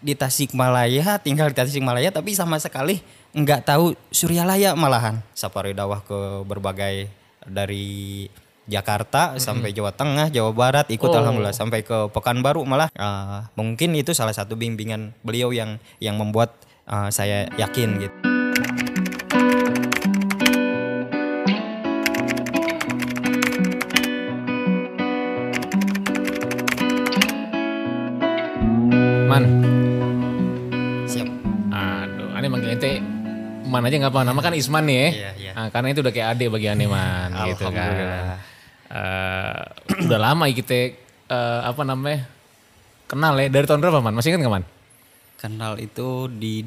di Tasikmalaya, tinggal di Tasikmalaya tapi sama sekali nggak tahu Suryalaya malahan. Safari dakwah ke berbagai dari Jakarta sampai Jawa Tengah, Jawa Barat ikut alhamdulillah sampai ke Pekanbaru malah. Mungkin itu salah satu bimbingan beliau yang membuat saya yakin gitu. Man. Siap. Aduh, aneh manggil ente Man aja nggak apa, nama kan Isman nih ya. Iya. Nah, karena itu udah kayak adik bagi aneh Man gitu kan. Udah lama kita kenal ya. Dari tahun berapa Man? Masih ingat nggak Man? Kenal itu di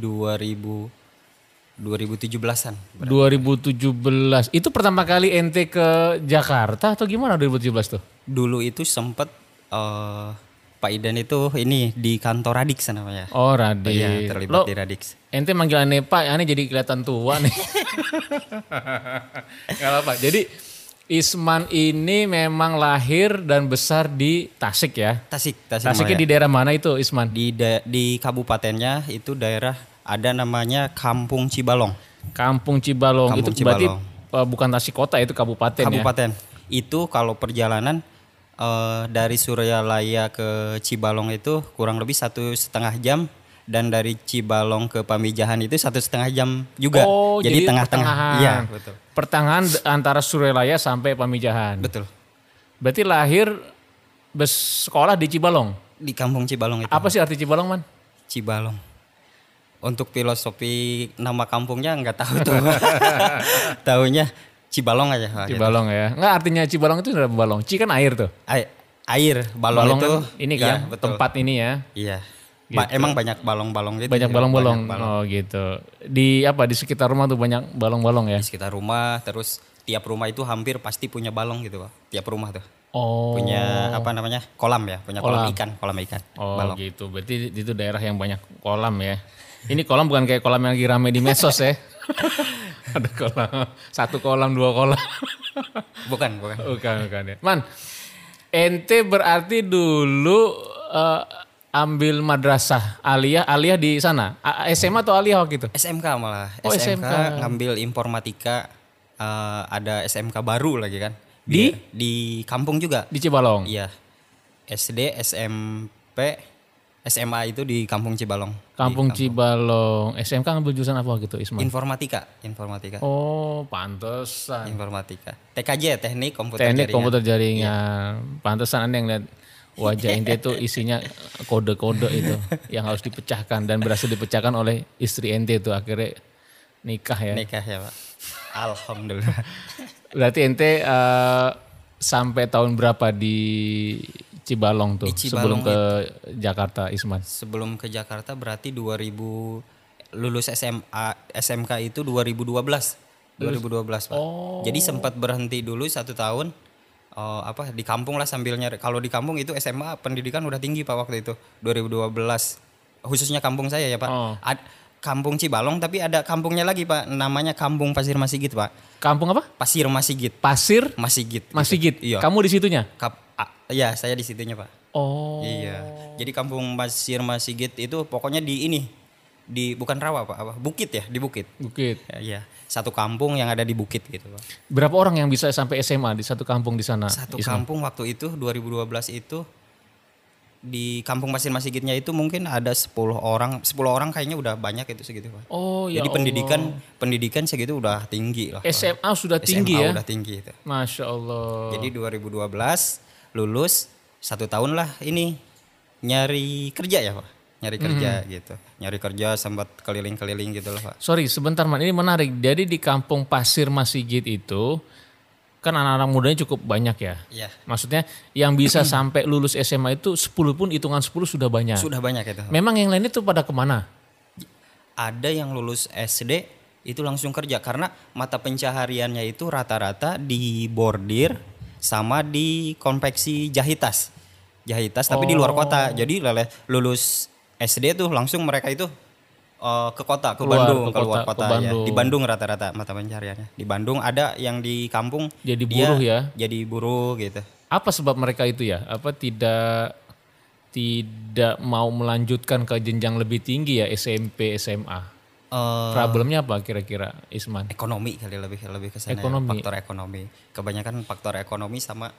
2017-an. 2017. Itu pertama kali ente ke Jakarta atau gimana 2017 tuh? Dulu itu sempet Pak Idan itu ini di kantor Radix namanya. Oh Radix. Iya, terlibat di Radix. Ente manggil aneh Pak, aneh jadi kelihatan tua nih. Gak apa-apa. Jadi Isman ini memang lahir dan besar di Tasik ya? Tasiknya di daerah mana itu Isman? Di kabupatennya itu daerah ada namanya Kampung Cibalong. Kampung Cibalong. Itu berarti bukan Tasik kota, itu kabupaten ya? Kabupaten. Itu kalau perjalanan dari Suryalaya ke Cibalong itu kurang lebih 1,5 jam, dan dari Cibalong ke Pamijahan itu 1,5 jam juga. Oh, jadi tengah-tengah. Iya, betul. Pertengahan antara Suryalaya sampai Pamijahan. Betul. Berarti lahir sekolah di Cibalong. Di Kampung Cibalong itu. Apa sih arti Cibalong Man? Cibalong. Untuk filosofi nama kampungnya nggak tahu tuh. Tahunya Cibalong aja. Cibalong gitu. Ya. Nggak, artinya Cibalong itu adalah balong. Ci kan air tuh. Air. Balong itu kan ini kan iya, tempat ini ya. Iya. Gitu. Emang banyak balong-balong gitu. Banyak balong-balong. Oh gitu. Di sekitar rumah tuh banyak balong-balong ya. Di sekitar rumah, terus tiap rumah itu hampir pasti punya balong gitu, Pak. Tiap rumah tuh. Oh. Punya kolam ya, punya kolam ikan. Oh balong. Gitu. Berarti itu daerah yang banyak kolam ya. Ini kolam bukan kayak kolam yang lagi rame di medsos ya. Ada kolam, 1 kolam, 2 kolam. Bukan ya. Man, ente berarti dulu ambil madrasah aliyah di sana. SMA atau aliyah waktu itu? SMK malah. Oh, SMK ngambil informatika, ada SMK baru lagi kan. Di kampung juga. Di Cibalong. Iya. SD, SMP, SMA itu di Kampung Cibalong. Kampung Cibalong. SMK ngambil jurusan apa gitu Isman? Informatika. Oh, pantesan. Informatika. TKJ, teknik komputer jaringan. Ya. Pantesan Anda yang lihat wajah ente itu isinya kode-kode itu yang harus dipecahkan dan berhasil dipecahkan oleh istri ente itu, akhirnya nikah ya. Nikah ya, Pak. Alhamdulillah. Berarti ente sampai tahun berapa di Cibalong tuh sebelum ke Jakarta Isman? Sebelum ke Jakarta berarti 2000 lulus SMK itu 2012 Pak. Oh. Jadi sempat berhenti dulu 1 tahun di kampung lah sambil nyari. Kalau di kampung itu SMA pendidikan udah tinggi Pak waktu itu 2012. Khususnya kampung saya ya Pak. Oh. Kampung Cibalong tapi ada kampungnya lagi Pak, namanya Kampung Pasir Masigit Pak. Kampung apa? Pasir Masigit. Pasir Masigit. Masigit. Gitu. Iya. Kamu di situnya? Iya, saya di situnya Pak. Oh. Iya. Jadi Kampung Pasir Masigit itu pokoknya di bukan rawa Pak, bukit ya, di bukit. Bukit. Iya. Satu kampung yang ada di bukit gitu Pak. Berapa orang yang bisa sampai SMA di satu kampung di sana? Satu kampung waktu itu 2012 itu di Kampung Pasir Masigitnya itu mungkin ada 10 orang. 10 orang kayaknya udah banyak itu segitu Pak. Oh ya. Jadi pendidikan segitu udah tinggi lah. SMA sudah tinggi ya? SMA udah tinggi itu. Masya Allah. Jadi 2012 lulus 1 tahun lah ini nyari kerja ya Pak. Nyari kerja sempat keliling-keliling gitu lah Pak. Sorry sebentar Man, ini menarik. Jadi di Kampung Pasir Masigit itu kan anak-anak mudanya cukup banyak ya. Iya. Maksudnya yang bisa sampai lulus SMA itu 10 pun hitungan 10 sudah banyak. Sudah banyak itu. Memang yang lain itu pada kemana? Ada yang lulus SD itu langsung kerja karena mata pencahariannya itu rata-rata di bordir sama di konveksi jahitas tapi di luar kota. Jadi lulus SD tuh langsung mereka itu ke kota, ke Bandung, ke luar kota ya. Di Bandung rata-rata mata pencahariannya. Di Bandung ada yang di kampung jadi buruh ya. Jadi buruh gitu. Apa sebab mereka itu ya? Apa tidak tidak mau melanjutkan ke jenjang lebih tinggi ya SMP, SMA? Eh, Problemnya apa kira-kira Isman? Ekonomi kali lebih ke sana ya, Ekonomi. faktor ekonomi. Kebanyakan faktor ekonomi sama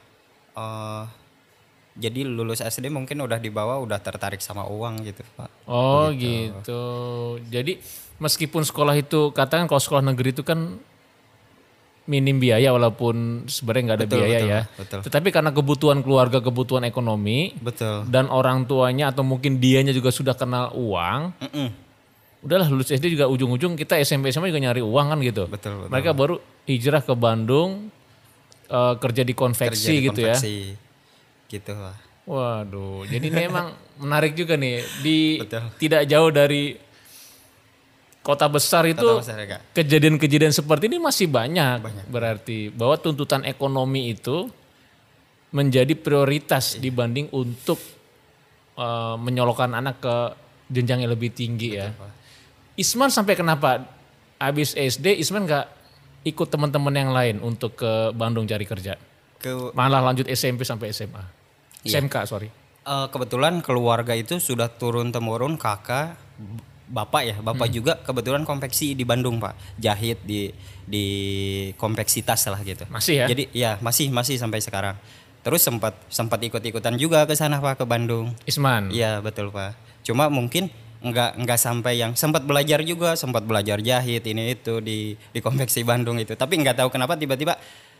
jadi lulus SD mungkin udah dibawa udah tertarik sama uang gitu, Pak. Oh gitu. Jadi meskipun sekolah itu katakan kalau sekolah negeri itu kan minim biaya walaupun sebenarnya nggak ada Betul, biaya betul, ya. betul. Tetapi karena kebutuhan keluarga, kebutuhan ekonomi Betul. dan orang tuanya atau mungkin dianya juga sudah kenal uang, Mm-mm. udahlah lulus SD juga ujung-ujung kita SMP SMA juga nyari uang kan gitu. Betul. Mereka baru hijrah ke Bandung kerja di konveksi Kerja di gitu ya. konveksi. Gitu lah. Waduh, jadi ini emang menarik juga nih di Betul. tidak jauh dari kota besar itu Kata Mas Rega. kejadian-kejadian seperti ini masih banyak. Berarti bahwa tuntutan ekonomi itu menjadi prioritas dibanding untuk menyolokkan anak ke jenjang yang lebih tinggi ya. Pak. Isman sampai kenapa habis SD Isman nggak ikut teman-teman yang lain untuk ke Bandung cari kerja? Malah lanjut SMP sampai SMA. SMK sorry. Kebetulan keluarga itu sudah turun temurun kakak, bapak ya, bapak juga kebetulan konveksi di Bandung Pak, jahit di konveksi tas lah gitu. Masih ya? Jadi ya masih sampai sekarang. Terus sempat ikut-ikutan juga ke sana Pak, ke Bandung. Isman. Iya betul Pak. Cuma mungkin nggak sampai yang sempat belajar jahit ini itu di konveksi Bandung itu. Tapi nggak tahu kenapa tiba-tiba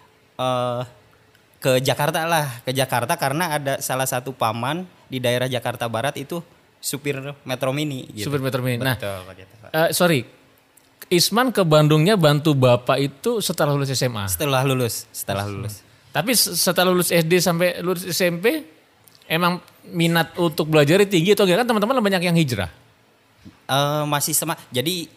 ke Jakarta karena ada salah satu paman di daerah Jakarta Barat itu supir Metro Mini gitu. Supir Metro Mini. Nah, Betul, begitu, Pak. sorry, Isman ke Bandungnya bantu bapak itu setelah lulus SMA. Setelah lulus. Tapi setelah lulus SD sampai lulus SMP, emang minat untuk belajar tinggi atau enggak? Kan teman-teman banyak yang hijrah. Masih sama. Jadi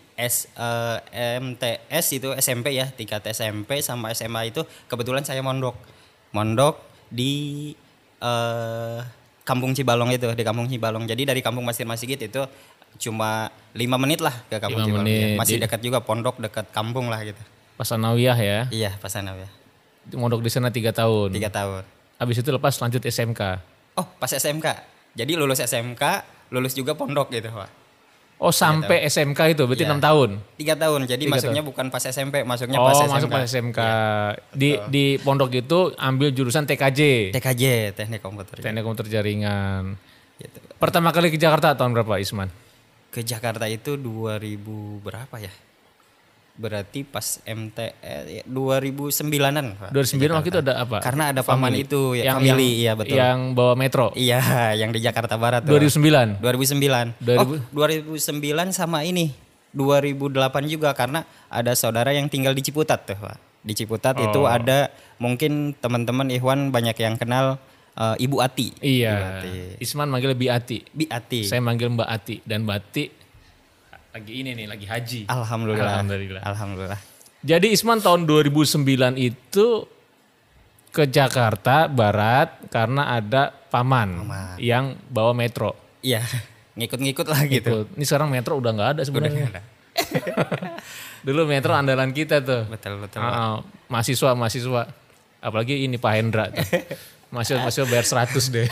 MTS itu SMP ya, tingkat SMP sama SMA itu kebetulan saya mondok di Kampung Cibalong itu, di Kampung Cibalong. Jadi dari Kampung Masjid Masjid itu cuma 5 menit lah ke Kampung 5 Cibalong. menit. Masih dekat juga, pondok dekat kampung lah gitu. Pasanawiyah ya. Iya, pas sana ya. Mondok di sana 3 tahun. 3 tahun. Habis itu lepas lanjut SMK. Oh, pas SMK. Jadi lulus SMK, lulus juga pondok gitu, Pak. Oh, sampai SMK itu berarti 6 tahun. 3 tahun. Jadi 3 masuknya bukan pas SMP, masuknya Oh, pas SMK. masuk pas SMK. Di pondok itu ambil jurusan TKJ. TKJ, Teknik Komputer. Teknik Komputer Jaringan. Gitu. Pertama kali ke Jakarta tahun berapa Isman? Ke Jakarta itu 2000 berapa ya? Berarti pas MTS 2009-an, Pak. 2009 waktu itu ada apa? Karena ada paman itu ya, yang, family, iya betul. Yang bawa metro. Iya, yang di Jakarta Barat tuh. 2009. 2009. 2009 sama ini. 2008 juga karena ada saudara yang tinggal di Ciputat tuh, Pak. Di Ciputat itu ada mungkin teman-teman Ikhwan banyak yang kenal Ibu Ati. Iya. Ibu Ati. Isman manggil Bi Ati. Bi Ati. Saya manggil Mbak Ati dan Mbak Ati lagi ini nih, lagi haji. Alhamdulillah. Jadi Isman tahun 2009 itu ke Jakarta Barat karena ada paman. Yang bawa metro. Iya, ngikut-ngikut lah gitu. Ini sekarang metro udah nggak ada sebenarnya. Dulu metro andalan kita tuh. Betul. Mahasiswa. Apalagi ini Pak Hendra tuh. Mahasiswa bayar 100 deh.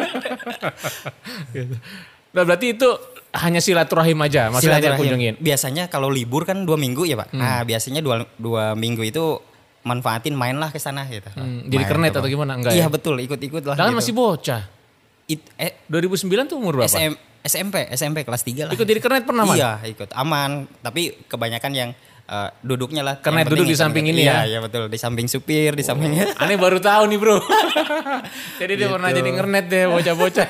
Gitu. Nah berarti itu hanya silaturahim aja, maksudnya kunjungin. Biasanya kalau libur kan 2 minggu ya Pak. Nah biasanya dua minggu itu manfaatin mainlah ke sana gitu. Jadi kernet atau gimana? Enggak iya ya? betul, ikut-ikut lah. Kan gitu. masih bocah. 2009 tuh umur berapa? SMP kelas 3 lah. Ikut jadi kernet pernah Man? Iya ikut, aman. Tapi kebanyakan yang duduknya lah. Kernet duduk di samping ini ya? Iya betul, di samping supir, di sampingnya. Aneh baru tahu nih bro. Jadi dia pernah jadi kernet deh bocah-bocah.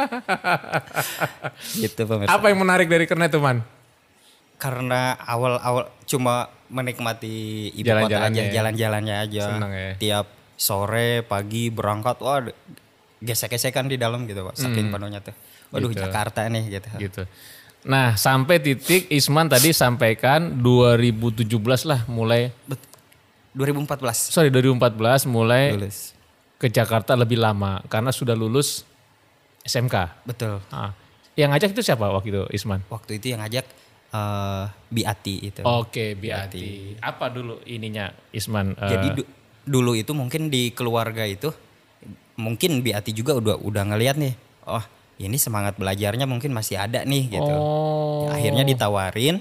Gitu pemirsa. Apa yang menarik dari kernet tuh Man? Karena awal-awal cuma menikmati ibu kota aja, jalan-jalannya aja. Senang ya. Tiap sore, pagi berangkat, wah gesek-gesekan di dalam gitu Pak. Saking penuhnya tuh. Waduh gitu. Jakarta nih gitu. Nah sampai titik Isman tadi sampaikan 2017 lah mulai. 2014 mulai lulus. Ke Jakarta lebih lama karena sudah lulus SMK. Betul. Nah, yang ngajak itu siapa waktu itu Isman? Waktu itu yang ngajak Bi Ati itu. Oke, Bi Ati. Apa dulu ininya Isman? Jadi dulu itu mungkin di keluarga itu mungkin Bi Ati juga udah ngelihat nih. Oh ini semangat belajarnya mungkin masih ada nih gitu. Oh. Akhirnya ditawarin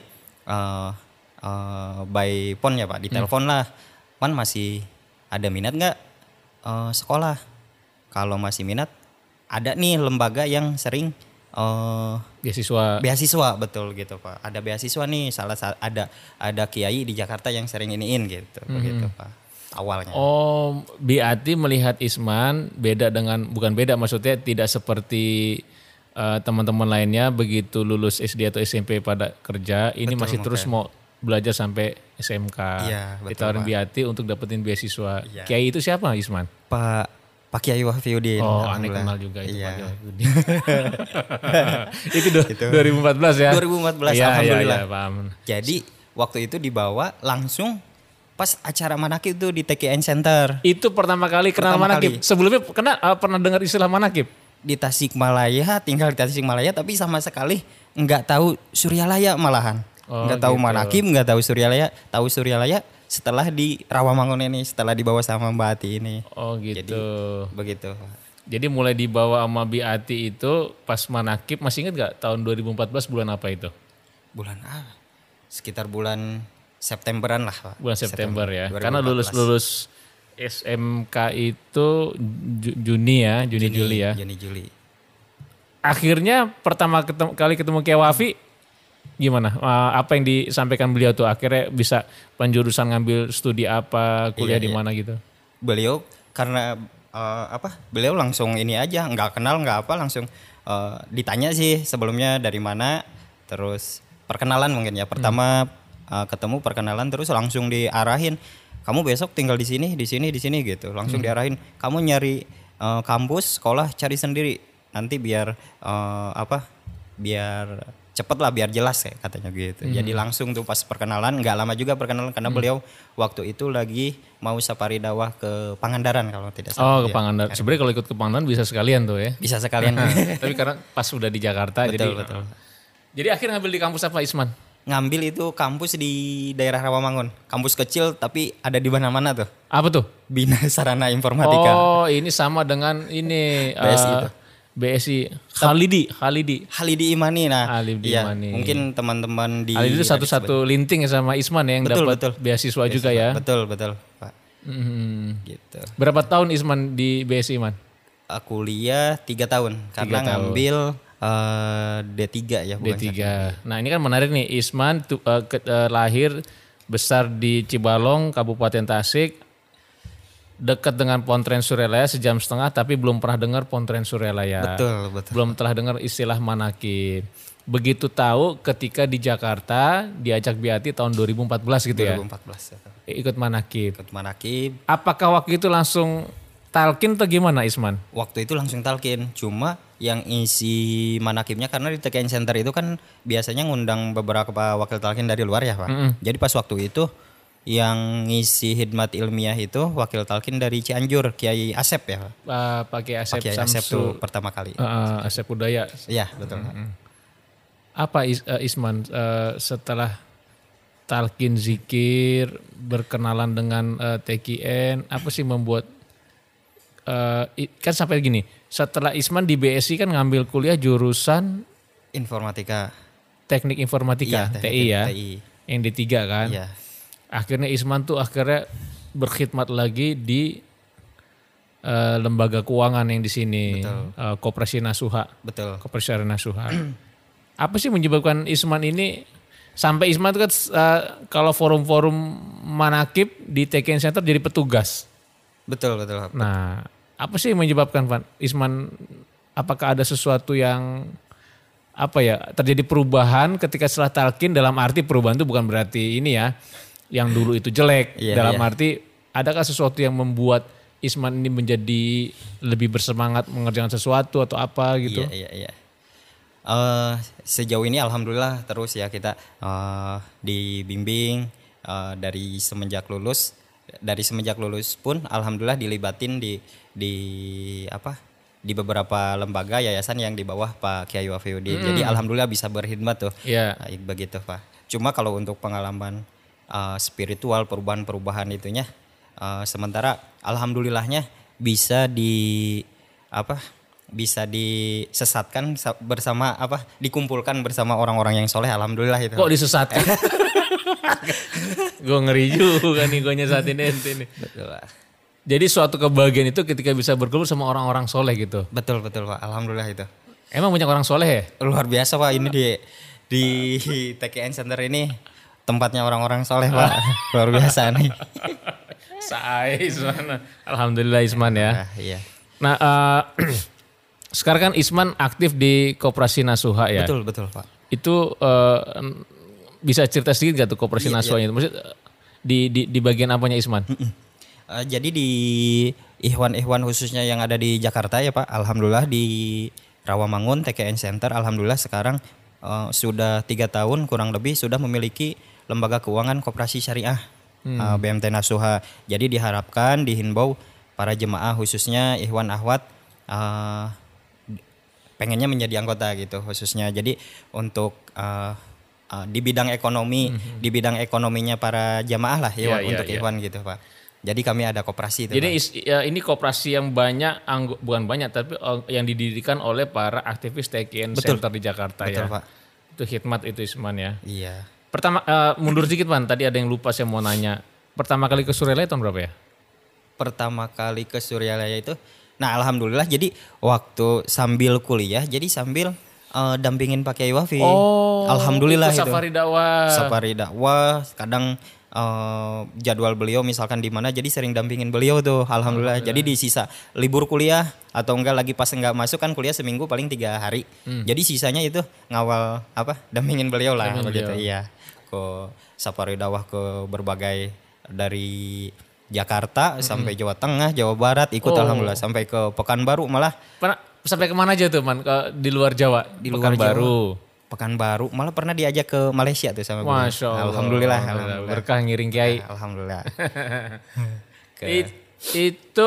by phone ya Pak, ditelepon lah. Pan masih ada minat nggak sekolah? Kalau masih minat, ada nih lembaga yang sering beasiswa betul gitu Pak. Ada beasiswa nih, ada kiai di Jakarta yang sering iniin gitu, begitu Pak. Awalnya. Oh, Biati melihat Isman bukan beda maksudnya tidak seperti teman-teman lainnya begitu lulus SD atau SMP pada kerja, ini Betul, masih terus mau belajar sampai SMK. Iya, betul, ditawarin Pak. Biati untuk dapetin beasiswa. Iya. Kiai itu siapa Isman? Pak Kiai Wahyudin. Oh, aneh alhamdulillah. kenal juga itu Iya. Pak Kiai Wahyudin. Itu 2014 ya? 2014 Iya, alhamdulillah. Iya, paham. Jadi waktu itu dibawa langsung pas acara manakib tuh di TKN Center Itu pertama kali kenal Pertama manakib. kali. Sebelumnya pernah dengar istilah manakib? di Tasikmalaya, tinggal di Tasikmalaya tapi sama sekali nggak tahu Suryalaya malahan. Oh, Nggak tahu gitu. manakib, nggak tahu Suryalaya. Tahu Suryalaya setelah di Rawamangun ini, setelah dibawa sama Mbak Ati ini. Oh gitu. Jadi begitu. Jadi mulai dibawa sama Biati itu pas manakib, masih ingat gak tahun 2014 bulan apa itu? Bulan sekitar bulan Septemberan lah Pak. Bulan September ya. 2014. Karena lulus SMK itu Juni ya, Juli ya. Juni Juli. Akhirnya pertama kali ketemu Kiai Wafi gimana? Apa yang disampaikan beliau tuh akhirnya bisa penjurusan ngambil studi apa, kuliah Iya, di iya. mana gitu? Beliau karena beliau langsung ini aja, nggak kenal nggak apa, langsung ditanya sih sebelumnya dari mana, terus perkenalan mungkin ya pertama ketemu perkenalan, terus langsung diarahin, kamu besok tinggal di sini gitu, langsung diarahin, kamu nyari kampus sekolah cari sendiri, nanti biar biar cepet lah, biar jelas ya katanya gitu. Jadi langsung tuh pas perkenalan, nggak lama juga perkenalan karena beliau waktu itu lagi mau safari dakwah ke Pangandaran kalau tidak salah. Oh ke Ya. Pangandaran. Sebenarnya kalau ikut ke Pangandaran bisa sekalian tuh ya. Bisa sekalian. Tapi karena pas udah di Jakarta Betul, jadi. betul. Jadi akhirnya ngambil di kampus apa Isman? Ngambil itu kampus di daerah Rawamangun, kampus kecil tapi ada di mana-mana tuh. Apa tuh? Bina Sarana Informatika. Oh ini sama dengan ini BSI itu. BSI Khalidi. Halidi Imani. Nah, Halidi iya, Imani. mungkin teman-teman di Khalidi itu satu-satu linting ya sama Isman ya yang Betul, dapat betul. beasiswa juga ya. Betul, Pak. Mhm. Gitu. Berapa tahun Isman di BSI Isman? Kuliah 3 tahun karena 3 tahun. ngambil D3 ya, bukan D3. sarjana. Nah ini kan menarik nih Isman lahir besar di Cibalong, Kabupaten Tasik, dekat dengan Pontren Suryalaya sejam setengah, tapi belum pernah dengar Pontren Suryalaya. Betul. Belum telah dengar istilah manakib. Begitu tahu ketika di Jakarta diajak Biati tahun 2014 gitu ya. 2014 ya. Ikut manakib. Ikut manakib. Apakah waktu itu langsung talkin atau gimana Isman? Waktu itu langsung talkin, cuma yang isi manakibnya karena di TKN Center itu kan biasanya ngundang beberapa wakil talkin dari luar ya Pak. Jadi pas waktu itu yang ngisi hikmat ilmiah itu wakil talkin dari Cianjur, Kiai Asep ya Pak. Pakai Asep Kiai Asep Samsu. tuh pertama kali. Asep Udaya. Iya betul. Apa Isman setelah talkin zikir berkenalan dengan TKN, apa sih membuat kan sampai gini, setelah Isman di BSI kan ngambil kuliah jurusan Informatika. teknik informatika, Iya, TI ya, TI. yang D3 kan. Iya. Akhirnya Isman tuh akhirnya berkhidmat lagi di lembaga keuangan yang di sini, Koperasi Nasuha. Betul. Koperasi Nasuha. Apa sih menyebabkan Isman ini sampai Isman itu kan kalau forum-forum manakib di TKN Center jadi petugas. Betul. Nah, apa sih yang menyebabkan Pak Isman, apakah ada sesuatu yang terjadi perubahan ketika setelah talkin, dalam arti perubahan itu bukan berarti ini ya yang dulu itu jelek, Iya, dalam iya. arti adakah sesuatu yang membuat Isman ini menjadi lebih bersemangat mengerjakan sesuatu atau apa gitu? Iya. Sejauh ini alhamdulillah terus ya kita dibimbing dari semenjak lulus. Dari semenjak lulus pun alhamdulillah dilibatin di beberapa lembaga yayasan yang di bawah Pak Kiai Wahyudin. Jadi alhamdulillah bisa berkhidmat tuh. Iya. Begitu Pak. Cuma kalau untuk pengalaman spiritual, perubahan-perubahan itunya sementara alhamdulillahnya bisa bisa disesatkan bersama dikumpulkan bersama orang-orang yang soleh, alhamdulillah itu. Kok disesatkan? Gue ngeri juga nih gue nyesatin ente nih. Betul Pak. Jadi suatu kebahagiaan itu ketika bisa berkumpul sama orang-orang soleh gitu. Betul Pak, alhamdulillah itu. Emang banyak orang soleh ya? Luar biasa Pak, ini di TKN Center ini tempatnya orang-orang soleh Pak. Luar biasa nih. Isman. Alhamdulillah Isman ya. Iya. Nah sekarang kan Isman aktif di Koperasi Nasuha ya. Betul Pak. Itu bisa cerita sedikit gak tuh Koperasi Nasuhanya? Maksudnya di bagian apanya Isman? Jadi di Ikhwan-Ikhwan khususnya yang ada di Jakarta ya Pak, alhamdulillah di Rawamangun TKN Center, alhamdulillah sekarang sudah 3 tahun kurang lebih sudah memiliki lembaga keuangan koperasi syariah BMT Nasuha. Jadi diharapkan, dihimbau para jemaah khususnya Ikhwan Akhwat pengennya menjadi anggota gitu khususnya. Jadi untuk di bidang ekonomi, di bidang ekonominya para jamaah lah untuk Ikhwan gitu Pak. Jadi kami ada koperasi itu. Jadi ini koperasi yang banyak, bukan banyak tapi yang didirikan oleh para aktivis TKN Center di Jakarta. Betul, ya. Pak. Itu khidmat itu Isman ya. Iya. Pertama mundur sedikit Man, tadi ada yang lupa saya mau nanya. Pertama kali ke Suryalaya tahun berapa ya? Pertama kali ke Suryalaya itu, nah alhamdulillah jadi waktu sambil kuliah, jadi sambil dampingin Pak Kiai Wafi. Oh, alhamdulillah itu. Safari dakwah. Safari dakwah, kadang jadwal beliau misalkan di mana, jadi sering dampingin beliau tuh, alhamdulillah. Jadi di sisa libur kuliah atau enggak lagi pas enggak masuk kan kuliah seminggu paling 3 hari. Jadi sisanya itu ngawal dampingin beliau lah begitu. Iya. Ke safari dakwah ke berbagai dari Jakarta sampai Jawa Tengah, Jawa Barat ikut alhamdulillah, sampai ke Pekanbaru malah. Pernah sampai kemana aja tuh Man? Di luar Jawa? Di luar Jawa. Pekanbaru, malah pernah diajak ke Malaysia tuh sama gue. Masya Allah. Alhamdulillah. Berkah ngiring kiai. Alhamdulillah. Itu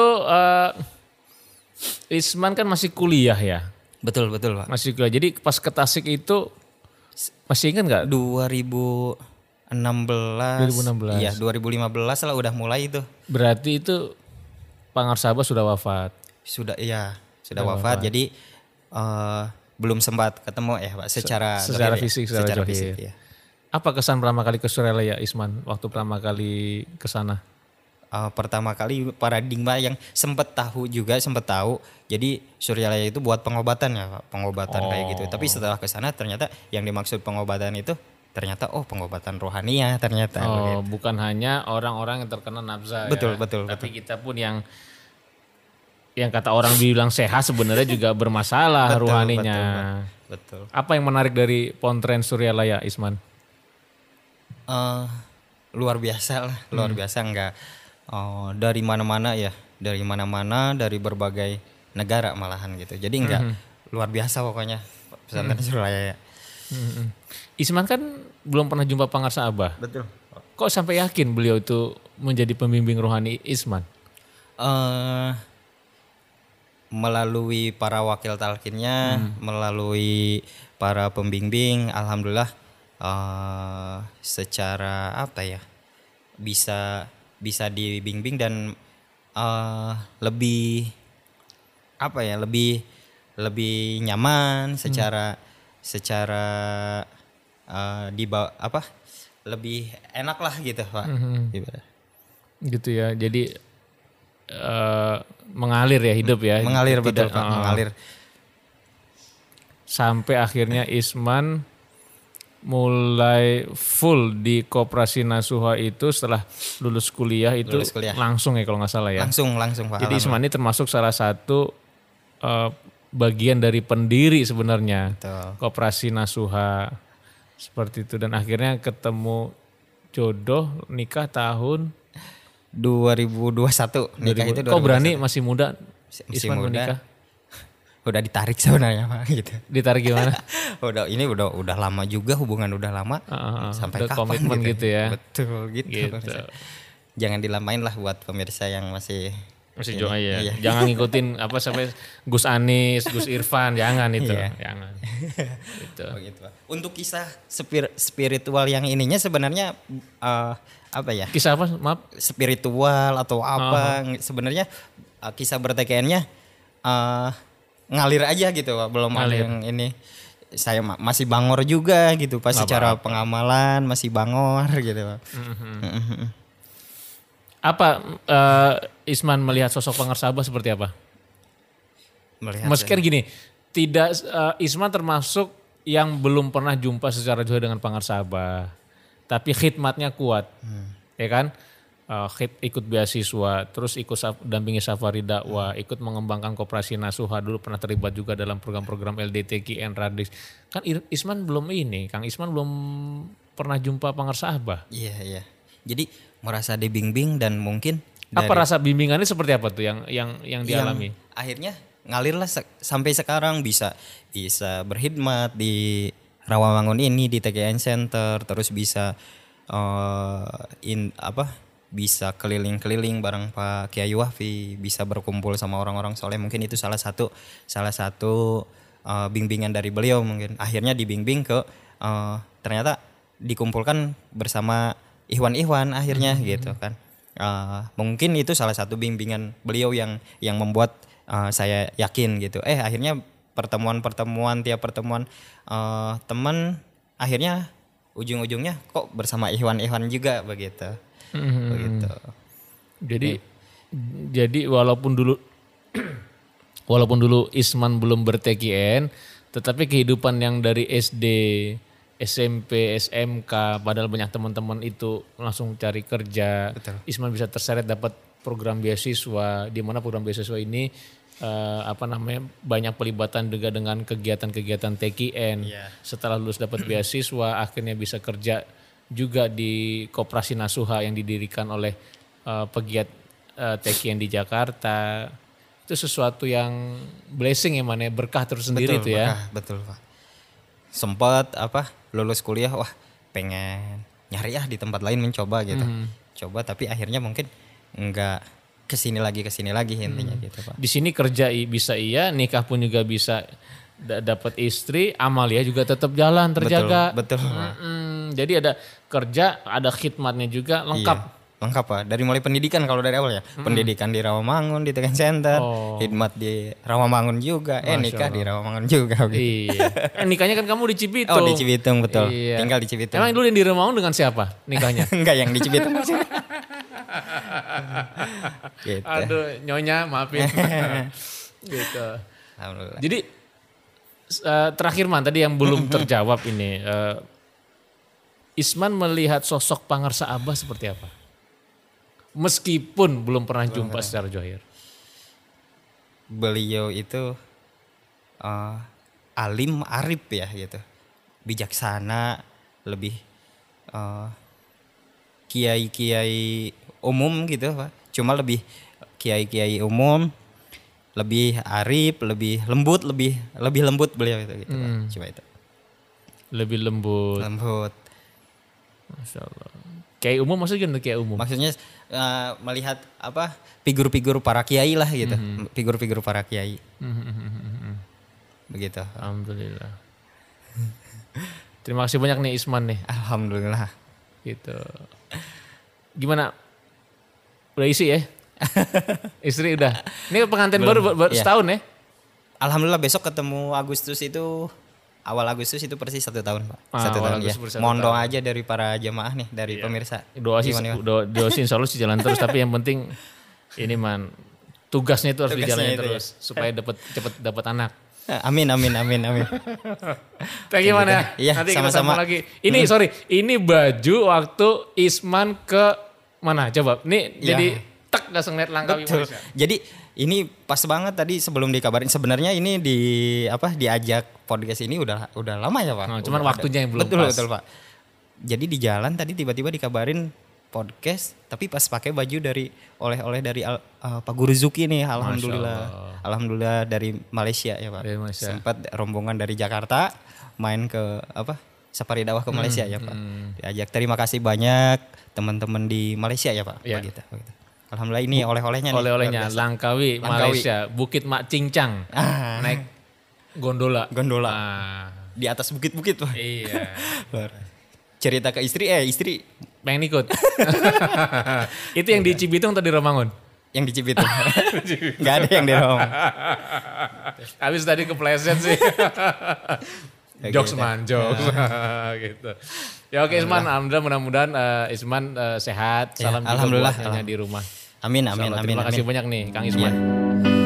Isman kan masih kuliah ya? Betul Pak. Masih kuliah. Jadi pas ke Tasik itu masih ingat nggak? 2016. Iya 2015 lah udah mulai itu. Berarti itu Pangarsaba sudah wafat. Sudah wafat. Jadi belum sempat ketemu ya Pak secara fisik, secara fisik ya. Apa kesan pertama kali ke Suryalaya Isman waktu pertama kali ke sana? Pertama kali paradigma yang sempat tahu. Jadi Suryalaya itu buat pengobatan ya Pak, pengobatan kayak gitu. Tapi setelah ke sana ternyata yang dimaksud pengobatan itu ternyata pengobatan rohaniah ternyata. Begitu. Bukan hanya orang-orang yang terkena nafsa. Betul. Tapi kita pun yang kata orang bilang sehat sebenarnya juga bermasalah rohaninya. Betul. Apa yang menarik dari Pontren Suryalaya Isman? Luar biasa lah, luar biasa enggak dari mana-mana ya, dari berbagai negara malahan gitu. Jadi enggak luar biasa pokoknya pesantren Suryalaya. Isman kan belum pernah jumpa Pangarsaba. Betul. Kok sampai yakin beliau itu menjadi pembimbing rohani Isman? Melalui para wakil talkinnya, melalui para pembimbing, alhamdulillah secara bisa dibimbing dan lebih nyaman secara lebih enak lah gitu Pak. Gitu ya. Jadi mengalir ya hidup ya. Mengalir betul Pak, mengalir. Sampai akhirnya Isman mulai full di Koperasi Nasuha itu setelah lulus kuliah itu langsung ya kalau nggak salah ya. Langsung Pak. Jadi Isman ini termasuk salah satu bagian dari pendiri sebenarnya Koperasi Nasuha seperti itu, dan akhirnya ketemu jodoh, nikah tahun 2021 nikah itu 2021. Kok berani masih muda Isman menikah? Udah ditarik sebenarnya Pak gitu. Ditarik gimana? udah lama juga, hubungan udah lama. Sampai udah kapan komitmen gitu ya. Betul gitu. Jangan dilamain lah buat pemirsa yang masih jomblo ya. Iya. Jangan ngikutin sampai Gus Anies, Gus Irfan, jangan itu. Jangan. Gitu. Begitu Pak. Untuk kisah spiritual yang ininya sebenarnya Kisah apa? Maaf. Spiritual atau apa? Sebenarnya kisah berTKN-nya ngalir aja gitu Pak. Belum ada Ngalir. yang ini. Saya masih bangor juga gitu pas Nggak secara pengamalan masih bangor gitu Pak. Apa Isman melihat sosok Pangersabah seperti apa? Melihat Meski gini, tidak Isman termasuk yang belum pernah jumpa secara jauh dengan Pangersabah, tapi khidmatnya kuat, ya kan? Ikut beasiswa, terus ikut dampingi safari dakwah, ikut mengembangkan koperasi Nasuha, dulu pernah terlibat juga dalam program-program LDTKN Radix. Kan Isman belum ini, Kang Isman belum pernah jumpa Pangersabah. Iya. Jadi merasa dibimbing dan mungkin Apa rasa bimbingannya seperti apa tuh yang dialami? Akhirnya ngalirlah sampai sekarang bisa berkhidmat di Rawamangun ini di TKN Center, terus bisa bisa keliling-keliling bareng Pak Kiai Wahfi, bisa berkumpul sama orang-orang soleh. Mungkin itu salah satu bimbingan dari beliau. Mungkin akhirnya dibimbing ke ternyata dikumpulkan bersama Ikhwan akhirnya gitu kan. Mungkin itu salah satu bimbingan beliau yang membuat saya yakin gitu. Akhirnya tiap pertemuan teman akhirnya ujung-ujungnya kok bersama Ikhwan juga begitu. Begitu. Jadi walaupun dulu Isman belum ber-TKN, tetapi kehidupan yang dari SD, SMP, SMK, padahal banyak teman-teman itu langsung cari kerja. Betul. Isman bisa terseret dapat program beasiswa, di mana program beasiswa ini banyak pelibatan juga dengan kegiatan-kegiatan TKN. Yeah. Setelah lulus dapat beasiswa, akhirnya bisa kerja juga di koperasi Nasuha yang didirikan oleh pegiat TKN di Jakarta. Itu sesuatu yang blessing ya, berkah tersendiri itu ya. Betul Pak. Sempat lulus kuliah, wah pengen nyari di tempat lain mencoba gitu. Coba tapi akhirnya mungkin enggak kesini lagi intinya gitu Pak. Di sini kerja bisa nikah pun juga bisa dapat istri, amalia juga tetap jalan terjaga. Betul. Jadi ada kerja, ada khidmatnya juga lengkap. Iya, lengkap Pak. Dari mulai pendidikan kalau dari awal ya. Pendidikan di Rawamangun di TKN Center, khidmat di Rawamangun juga, nikah di Rawamangun juga. Gitu. Iya. Nikahnya kan kamu di Cibitung. Oh di Cibitung betul. Iya. Tinggal di Cibitung. Emang dulu yang di Rawamangun dengan siapa nikahnya? Enggak yang di Cibitung. Gitu. Aduh, nyonya maafin. Gitu. Alhamdulillah. Jadi terakhir tadi yang belum terjawab ini, Isman melihat sosok Pangersabah seperti apa? Meskipun belum pernah jumpa secara zahir. Beliau itu alim arif ya gitu, bijaksana, lebih kiai umum gitu Pak. Cuma lebih kiai umum, lebih arif, lebih lembut beliau itu gitu Pak. Cuma itu. Lebih lembut. Masya Allah. Kiai umum maksudnya kiai umum? Maksudnya melihat figur-figur para kiai lah gitu. Figur-figur para kiai. Begitu. Alhamdulillah. Terima kasih banyak nih Isman nih. Alhamdulillah. Gitu. Gimana? Udah isi ya? Istri udah. Ini pengantin baru setahun ya? Alhamdulillah besok ketemu Agustus itu. Awal Agustus itu persis 1 tahun Pak. 1 tahun ya. Mohon doa aja dari para jemaah nih, dari pemirsa. Doa sih insya Allah sih jalan terus. Tapi yang penting ini tugasnya itu harus dijalanin terus. Supaya cepet dapat anak. Amin. Thank you mana? Iya, nanti sama-sama. kita lagi. Ini baju waktu Isman ke mana? Coba. Nih jadi tek langsung lihat Langkawi Malaysia. Jadi ini pas banget tadi sebelum dikabarin. Sebenarnya ini diajak podcast ini udah lama ya Pak. Cuman waktunya yang belum betul, pas. Betul Pak. Jadi di jalan tadi tiba-tiba dikabarin podcast, tapi pas pakai baju dari oleh-oleh dari Pak Guru Zuki nih. Alhamdulillah dari Malaysia ya Pak. Dari Malaysia. Sempat rombongan dari Jakarta main ke safari dakwah ke Malaysia ya Pak. Diajak. Terima kasih banyak teman-teman di Malaysia ya Pak. Ya. Begitu. Alhamdulillah ini oleh-olehnya nih. Oleh-olehnya Langkawi, Malaysia, Bukit Mak Cincang. Naik gondola. Di atas bukit-bukit Pak. Iya. Cerita ke istri pengen ikut. Itu yang di Cibitung atau di Rawamangun? Yang di Cibitung. Enggak ada yang di Rawamangun. Habis tadi kepleset sih. Jokes gitu. man, jokes. Gitu. Ya oke Isman, alhamdulillah mudah-mudahan Isman sehat. Ya, Salam juga alhamdulillah, buat nyonya di rumah. Amin. Terima kasih banyak nih Kang Isman. Iya.